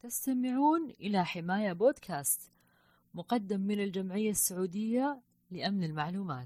تستمعون إلى حماية بودكاست مقدم من الجمعية السعودية لأمن المعلومات.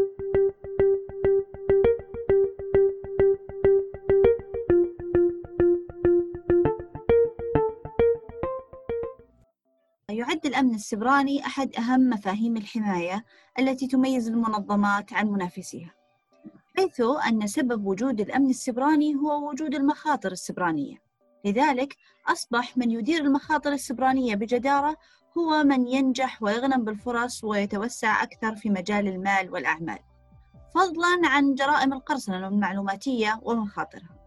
يعد الأمن السيبراني أحد أهم مفاهيم الحماية التي تميز المنظمات عن منافسيها، حيث أن سبب وجود الأمن السيبراني هو وجود المخاطر السيبرانية. لذلك أصبح من يدير المخاطر السيبرانية بجدارة هو من ينجح ويغنم بالفرص ويتوسع أكثر في مجال المال والأعمال، فضلاً عن جرائم القرصنة المعلوماتية ومخاطرها.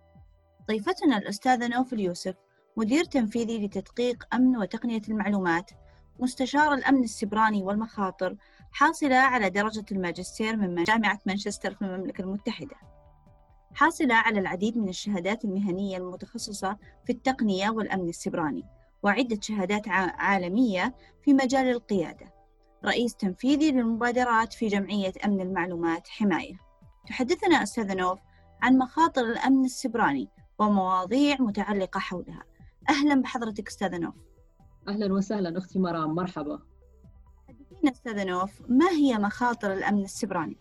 ضيفتنا الأستاذة نوف اليوسف، مدير تنفيذي لتدقيق أمن وتقنية المعلومات، مستشار الأمن السيبراني والمخاطر، حاصلة على درجة الماجستير من جامعة مانشستر في المملكة المتحدة، حاصلة على العديد من الشهادات المهنية المتخصصة في التقنية والأمن السيبراني، وعدة شهادات عالمية في مجال القيادة، رئيس تنفيذي للمبادرات في جمعية أمن المعلومات حماية. تحدثنا أستاذة نوف عن مخاطر الأمن السيبراني ومواضيع متعلقة حولها. أهلا بحضرتك أستاذة نوف. أهلا وسهلا أختي مرام، مرحبا. حدثينا أستاذة نوف، ما هي مخاطر الأمن السيبراني؟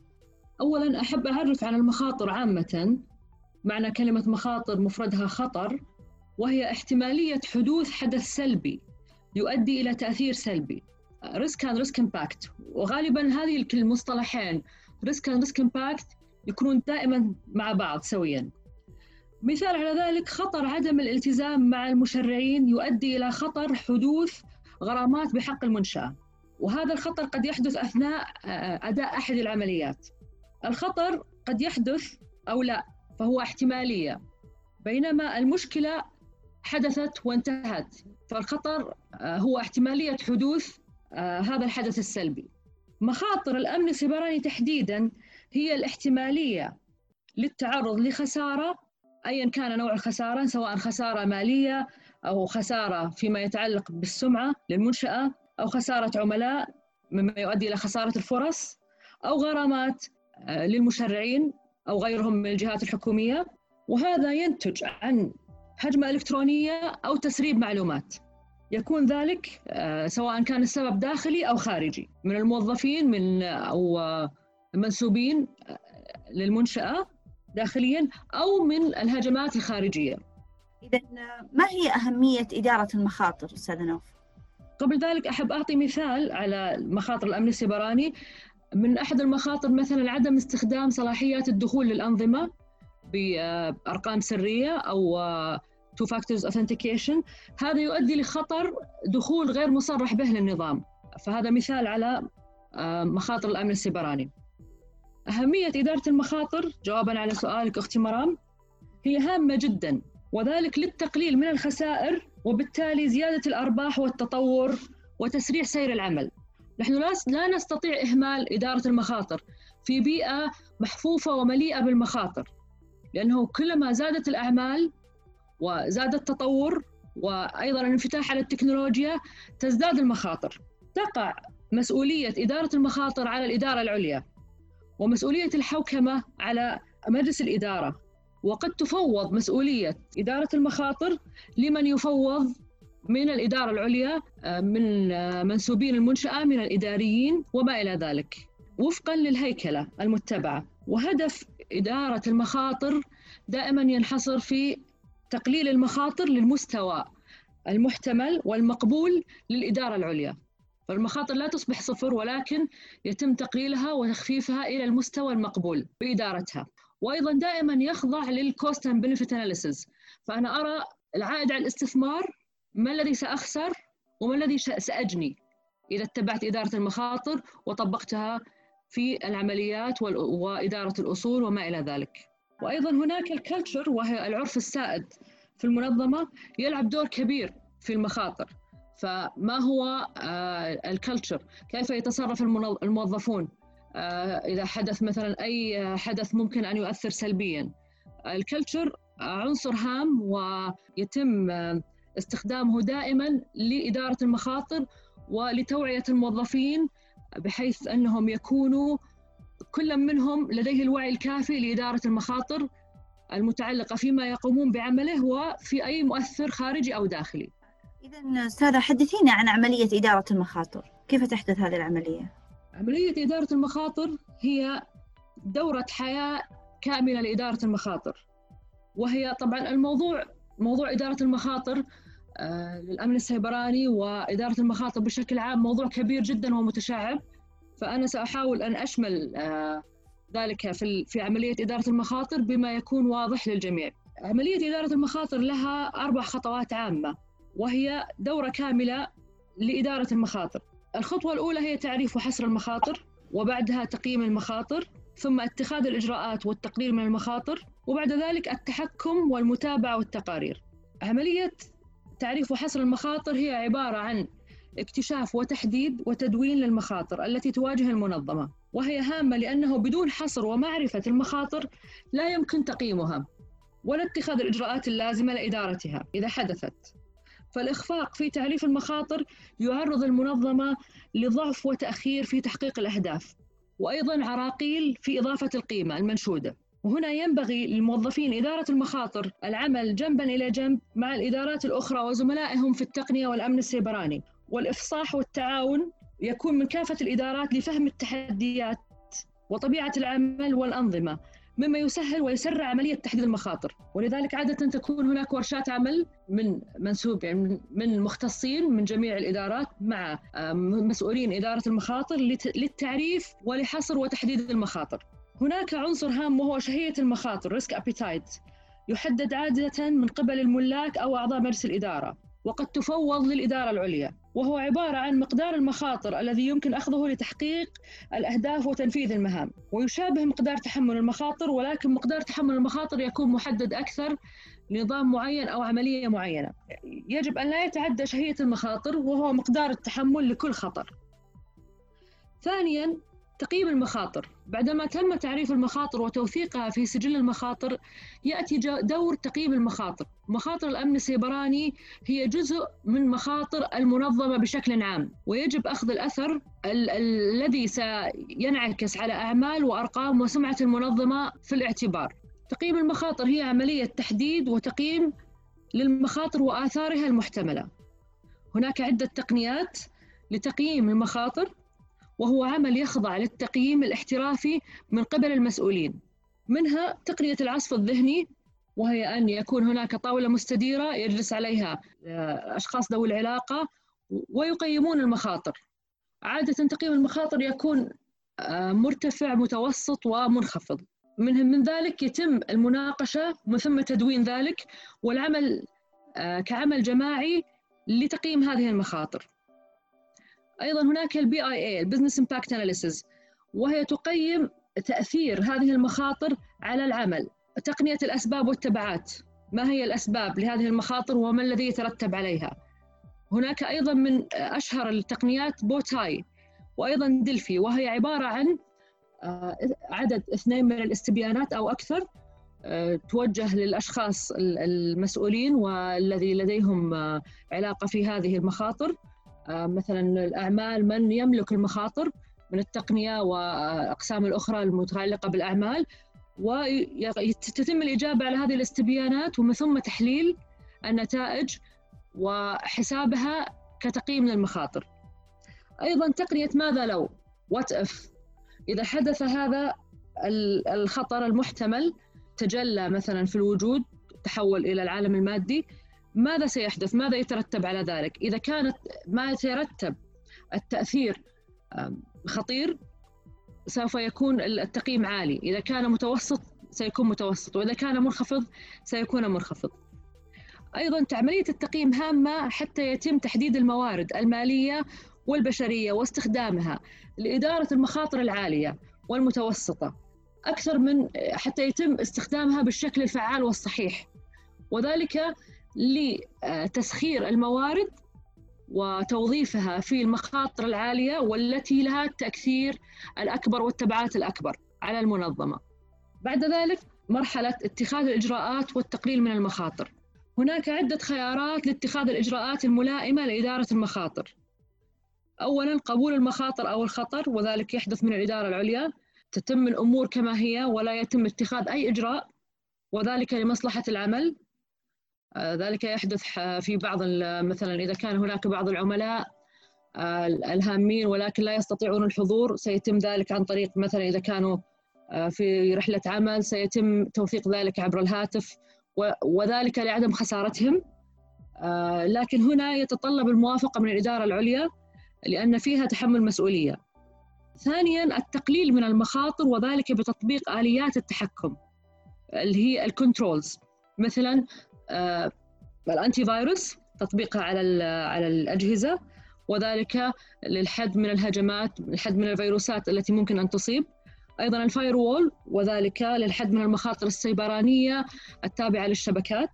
أولا أحب أعرف عن المخاطر عامة. معنى كلمة مخاطر مفردها خطر، وهي احتمالية حدوث حدث سلبي يؤدي إلى تأثير سلبي. risk and risk impact، وغالبا هذه المصطلحين risk and risk impact يكونون دائما مع بعض سويا. مثال على ذلك خطر عدم الالتزام مع المشرعين يؤدي إلى خطر حدوث غرامات بحق المنشأة، وهذا الخطر قد يحدث أثناء أداء أحد العمليات. الخطر قد يحدث أو لا، فهو احتمالية، بينما المشكلة حدثت وانتهت، فالخطر هو احتمالية حدوث هذا الحدث السلبي. مخاطر الأمن السيبراني تحديداً هي الاحتمالية للتعرض لخسارة أياً كان نوع الخسارة، سواء خسارة مالية أو خسارة فيما يتعلق بالسمعة للمنشأة، أو خسارة عملاء مما يؤدي إلى خسارة الفرص، أو غرامات للمشرعين أو غيرهم من الجهات الحكومية. وهذا ينتج عن هجمة إلكترونية أو تسريب معلومات، يكون ذلك سواء كان السبب داخلي أو خارجي من الموظفين أو منسوبين للمنشأة داخلياً، أو من الهجمات الخارجية. إذن ما هي أهمية إدارة المخاطر أستاذة نوف؟ قبل ذلك أحب أعطي مثال على مخاطر الأمن السيبراني. من أحد المخاطر مثلاً عدم استخدام صلاحيات الدخول للأنظمة بأرقام سرية أو two factors authentication. هذا يؤدي لخطر دخول غير مصرح به للنظام، فهذا مثال على مخاطر الأمن السيبراني. أهمية إدارة المخاطر جواباً على سؤالك أختي مرام هي هامة جداً، وذلك للتقليل من الخسائر وبالتالي زيادة الأرباح والتطور وتسريع سير العمل. نحن لا نستطيع إهمال إدارة المخاطر في بيئة محفوفة ومليئة بالمخاطر، لأنه كلما زادت الأعمال وزاد التطور وأيضاً الانفتاح على التكنولوجيا تزداد المخاطر. تقع مسؤولية إدارة المخاطر على الإدارة العليا، ومسؤولية الحوكمة على مجلس الإدارة، وقد تفوض مسؤولية إدارة المخاطر لمن يفوض من الإدارة العليا، من منسوبين المنشأة، من الإداريين وما إلى ذلك، وفقاً للهيكلة المتبعة. وهدف إدارة المخاطر دائماً ينحصر في تقليل المخاطر للمستوى المحتمل والمقبول للإدارة العليا. فالمخاطر لا تصبح صفر، ولكن يتم تقليلها وتخفيفها إلى المستوى المقبول بإدارتها. وأيضاً دائماً يخضع للكوست اند بنفيت أناليسيس. فأنا أرى العائد على الاستثمار، ما الذي سأخسر وما الذي سأجني إذا اتبعت إدارة المخاطر وطبقتها في العمليات وإدارة الأصول وما إلى ذلك. وأيضاً هناك الكالتشر، وهي العرف السائد في المنظمة، يلعب دور كبير في المخاطر. فما هو الكالتشر؟ كيف يتصرف الموظفون إذا حدث مثلاً أي حدث ممكن أن يؤثر سلبياً؟ الكالتشر عنصر هام ويتم استخدامه دائماً لإدارة المخاطر ولتوعية الموظفين، بحيث أنهم يكونوا كل منهم لديه الوعي الكافي لإدارة المخاطر المتعلقة فيما يقومون بعمله وفي أي مؤثر خارجي أو داخلي. إذا أستاذة حدثينا عن عملية إدارة المخاطر، كيف تحدث هذه العملية؟ عملية إدارة المخاطر هي دورة حياة كاملة لإدارة المخاطر، وهي طبعا موضوع إدارة المخاطر للأمن السيبراني وإدارة المخاطر بشكل عام موضوع كبير جدا ومتشعب، فأنا سأحاول أن أشمل ذلك في عملية إدارة المخاطر بما يكون واضح للجميع. عملية إدارة المخاطر لها 4 خطوات عامة، وهي دورة كاملة لإدارة المخاطر. الخطوة الأولى هي تعريف وحصر المخاطر، وبعدها تقييم المخاطر، ثم اتخاذ الإجراءات والتقليل من المخاطر، وبعد ذلك التحكم والمتابعة والتقارير. عملية تعريف وحصر المخاطر هي عبارة عن اكتشاف وتحديد وتدوين للمخاطر التي تواجه المنظمة، وهي هامة لأنه بدون حصر ومعرفة المخاطر لا يمكن تقييمها ولا اتخاذ الإجراءات اللازمة لإدارتها إذا حدثت. فالإخفاق في تعريف المخاطر يعرض المنظمة لضعف وتأخير في تحقيق الأهداف، وأيضاً عراقيل في إضافة القيمة المنشودة. وهنا ينبغي للموظفين إدارة المخاطر العمل جنباً إلى جنب مع الإدارات الأخرى وزملائهم في التقنية والأمن السيبراني، والإفصاح والتعاون يكون من كافة الإدارات لفهم التحديات وطبيعة العمل والأنظمة، مما يسهل ويسرع عملية تحديد المخاطر. ولذلك عادة تكون هناك ورشات عمل من منسوب من مختصين من جميع الإدارات مع مسؤولين إدارة المخاطر للتعريف ولحصر وتحديد المخاطر. هناك عنصر هام وهو شهية المخاطر risk appetite، يحدد عادة من قبل الملاك أو أعضاء مجلس الإدارة، وقد تفوض للإدارة العليا، وهو عبارة عن مقدار المخاطر الذي يمكن أخذه لتحقيق الأهداف وتنفيذ المهام، ويشابه مقدار تحمل المخاطر، ولكن مقدار تحمل المخاطر يكون محدد أكثر لنظام معين أو عملية معينة. يجب أن لا يتعدى شهية المخاطر وهو مقدار التحمل لكل خطر. ثانياً، تقييم المخاطر. بعدما تم تعريف المخاطر وتوثيقها في سجل المخاطر، يأتي دور تقييم المخاطر. مخاطر الأمن السيبراني هي جزء من مخاطر المنظمة بشكل عام، ويجب أخذ الأثر الذي سينعكس على أعمال وأرقام وسمعة المنظمة في الاعتبار. تقييم المخاطر هي عملية تحديد وتقييم للمخاطر وآثارها المحتملة. هناك عدة تقنيات لتقييم المخاطر، وهو عمل يخضع للتقييم الاحترافي من قبل المسؤولين، منها تقنية العصف الذهني، وهي أن يكون هناك طاولة مستديرة يجلس عليها أشخاص ذوي العلاقة ويقيمون المخاطر. عادة تقييم المخاطر يكون مرتفع متوسط ومنخفض. من ذلك يتم المناقشة ومن ثم تدوين ذلك والعمل كعمل جماعي لتقييم هذه المخاطر. أيضاً هناك BIA Business Impact Analysis، وهي تقيم تأثير هذه المخاطر على العمل. تقنية الأسباب والتبعات، ما هي الأسباب لهذه المخاطر وما الذي يترتب عليها. هناك أيضاً من أشهر التقنيات بوتاي وأيضاً دلفي، وهي عبارة عن عدد 2 من الاستبيانات أو أكثر توجه للأشخاص المسؤولين والذي لديهم علاقة في هذه المخاطر، مثلا الأعمال، من يملك المخاطر من التقنية وأقسام الأخرى المتعلقة بالأعمال، وتتم الإجابة على هذه الاستبيانات ومن ثم تحليل النتائج وحسابها كتقييم للمخاطر. أيضا تقنية ماذا لو What if، إذا حدث هذا الخطر المحتمل، تجلى مثلا في الوجود، تحول إلى العالم المادي، ماذا سيحدث؟ ماذا يترتب على ذلك؟ إذا كانت ما يترتب التأثير خطير سوف يكون التقييم عالي، إذا كان متوسط سيكون متوسط، وإذا كان منخفض سيكون منخفض. أيضاً عملية التقييم هامة حتى يتم تحديد الموارد المالية والبشرية واستخدامها لإدارة المخاطر العالية والمتوسطة أكثر من حتى يتم استخدامها بالشكل الفعال والصحيح، وذلك لتسخير الموارد وتوظيفها في المخاطر العالية والتي لها التأثير الأكبر والتبعات الأكبر على المنظمة. بعد ذلك مرحلة اتخاذ الإجراءات والتقليل من المخاطر. هناك عدة خيارات لاتخاذ الإجراءات الملائمة لإدارة المخاطر. أولاً قبول المخاطر أو الخطر، وذلك يحدث من الإدارة العليا، تتم الأمور كما هي ولا يتم اتخاذ أي إجراء وذلك لمصلحة العمل. ذلك يحدث في بعض مثلا إذا كان هناك بعض العملاء الهامين ولكن لا يستطيعون الحضور، سيتم ذلك عن طريق مثلا إذا كانوا في رحلة عمل سيتم توثيق ذلك عبر الهاتف، وذلك لعدم خسارتهم. لكن هنا يتطلب الموافقة من الإدارة العليا لأن فيها تحمل مسؤولية. ثانياً التقليل من المخاطر، وذلك بتطبيق آليات التحكم اللي هي الكنترولز، مثلاً الأنتي فيروس تطبيقها على الأجهزة، وذلك للحد من الهجمات، الحد من الفيروسات التي ممكن أن تصيب. أيضاً الفاير وول، وذلك للحد من المخاطر السيبرانية التابعة للشبكات.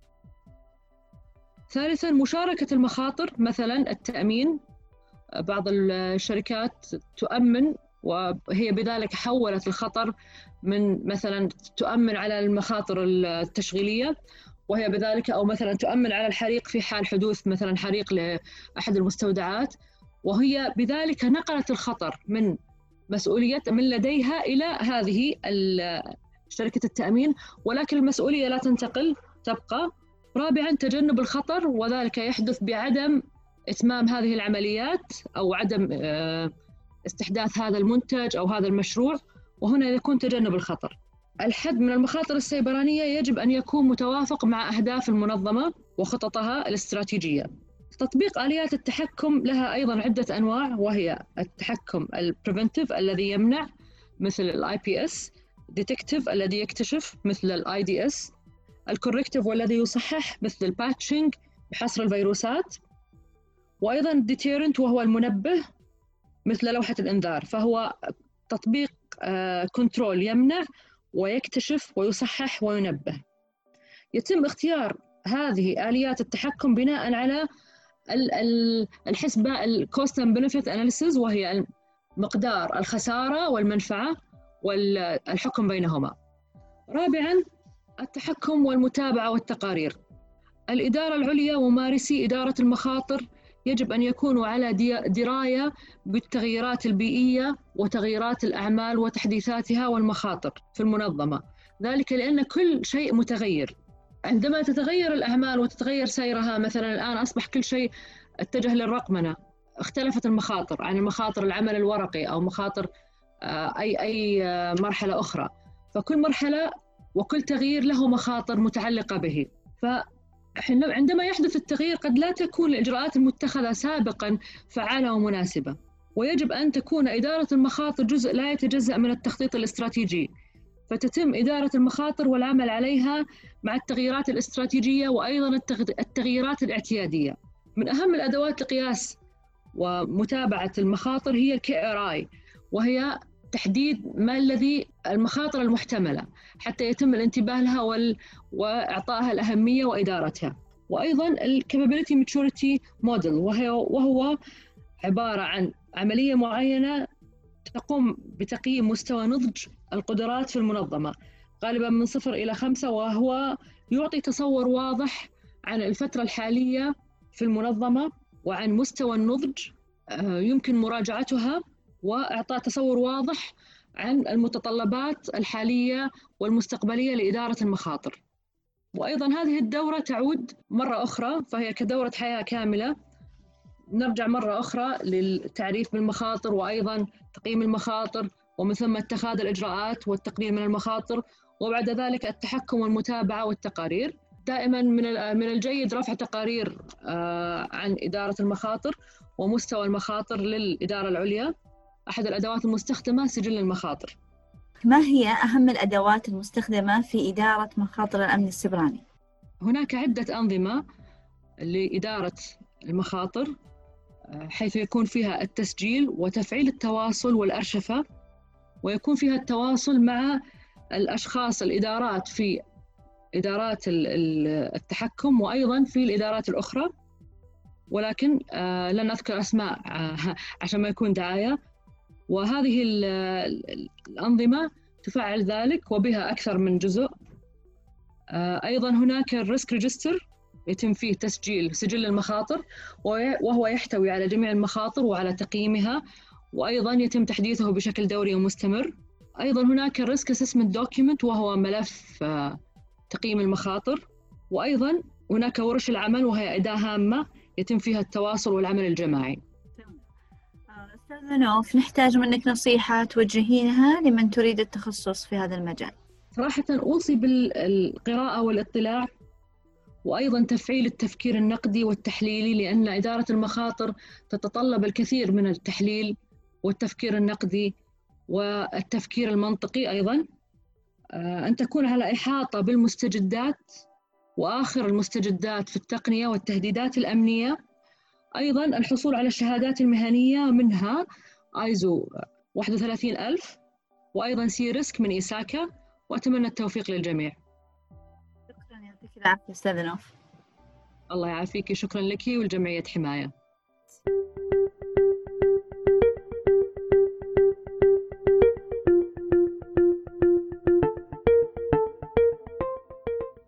ثالثاً مشاركة المخاطر، مثلاً التأمين. بعض الشركات تؤمن وهي بذلك حولت الخطر من مثلاً تؤمن على المخاطر التشغيلية وهي بذلك، أو مثلاً تؤمن على الحريق في حال حدوث مثلاً حريق لأحد المستودعات، وهي بذلك نقلت الخطر من مسؤولية من لديها إلى هذه شركة التأمين، ولكن المسؤولية لا تنتقل، تبقى. رابعاً تجنب الخطر، وذلك يحدث بعدم إتمام هذه العمليات أو عدم استحداث هذا المنتج أو هذا المشروع، وهنا يكون تجنب الخطر. الحد من المخاطر السيبرانية يجب أن يكون متوافق مع أهداف المنظمة وخططها الاستراتيجية. تطبيق آليات التحكم لها أيضاً عدة أنواع، وهي التحكم البريفنتيف الذي يمنع مثل الاي بي اس، ديتكتيف الذي يكتشف مثل الاي دي اس، الكوركتيف والذي يصحح مثل الباتشنج بحصر الفيروسات، وأيضاً ديتيرنت وهو المنبه مثل لوحة الإنذار، فهو تطبيق كنترول يمنع ويكتشف ويصحح وينبه. يتم اختيار هذه آليات التحكم بناء على الحسبة الكوست اند بنفيت اناليسيز، وهي مقدار الخسارة والمنفعة والحكم بينهما. رابعاً التحكم والمتابعة والتقارير. الإدارة العليا وممارسي إدارة المخاطر يجب أن يكونوا على دراية بالتغييرات البيئية وتغييرات الأعمال وتحديثاتها والمخاطر في المنظمة، ذلك لأن كل شيء متغير. عندما تتغير الأعمال وتتغير سيرها، مثلا الآن أصبح كل شيء اتجه للرقمنة، اختلفت المخاطر عن المخاطر العمل الورقي أو مخاطر أي مرحلة أخرى، فكل مرحلة وكل تغيير له مخاطر متعلقة به. عندما يحدث التغيير قد لا تكون الإجراءات المتخذة سابقاً فعالة ومناسبة، ويجب أن تكون إدارة المخاطر جزء لا يتجزأ من التخطيط الاستراتيجي، فتتم إدارة المخاطر والعمل عليها مع التغييرات الاستراتيجية وأيضاً التغييرات الاعتيادية. من أهم الأدوات لقياس ومتابعة المخاطر هي الKRI، وهي تحديد ما الذي المخاطر المحتملة حتى يتم الانتباه لها وإعطائها الأهمية وإدارتها. وأيضاً الكابابيلتي ماتشوريتي موديل، وهو عبارة عن عملية معينة تقوم بتقييم مستوى نضج القدرات في المنظمة غالباً من 0 إلى 5، وهو يعطي تصور واضح عن الفترة الحالية في المنظمة وعن مستوى النضج يمكن مراجعتها وإعطاء تصور واضح عن المتطلبات الحالية والمستقبلية لإدارة المخاطر. وأيضاً هذه الدورة تعود مرة أخرى، فهي كدورة حياة كاملة، نرجع مرة أخرى للتعريف بالمخاطر وأيضاً تقييم المخاطر ومن ثم اتخاذ الإجراءات والتقليل من المخاطر، وبعد ذلك التحكم والمتابعة والتقارير. دائماً من الجيد رفع تقارير عن إدارة المخاطر ومستوى المخاطر للإدارة العليا. أحد الأدوات المستخدمة سجل المخاطر. ما هي أهم الأدوات المستخدمة في إدارة مخاطر الأمن السيبراني؟ هناك عدة أنظمة لإدارة المخاطر، حيث يكون فيها التسجيل وتفعيل التواصل والأرشفة، ويكون فيها التواصل مع الأشخاص الإدارات في إدارات التحكم وأيضاً في الإدارات الأخرى، ولكن لن أذكر أسماء عشان ما يكون دعاية. وهذه الأنظمة تفعل ذلك وبها أكثر من جزء. أيضاً هناك الريسك ريجستر يتم فيه تسجيل سجل المخاطر، وهو يحتوي على جميع المخاطر وعلى تقييمها، وأيضاً يتم تحديثه بشكل دوري ومستمر. أيضاً هناك الريسك أسسمنت دوكيمنت، وهو ملف تقييم المخاطر، وأيضا هناك ورش العمل وهي أداة هامة يتم فيها التواصل والعمل الجماعي. أستاذ نوف، نحتاج منك نصيحة توجهينها لمن تريد التخصص في هذا المجال. صراحة أوصي بالقراءة والاطلاع، وأيضا تفعيل التفكير النقدي والتحليلي، لأن إدارة المخاطر تتطلب الكثير من التحليل والتفكير النقدي والتفكير المنطقي. أيضا أن تكون على إحاطة بالمستجدات وآخر المستجدات في التقنية والتهديدات الأمنية. أيضا الحصول على الشهادات المهنية، منها آيزو 31000 وأيضا سيريسك من إيساكا، وأتمنى التوفيق للجميع. شكرا، يعطيك العافية أستاذ نوف. الله يعافيك، شكرا لك ولجمعية حماية.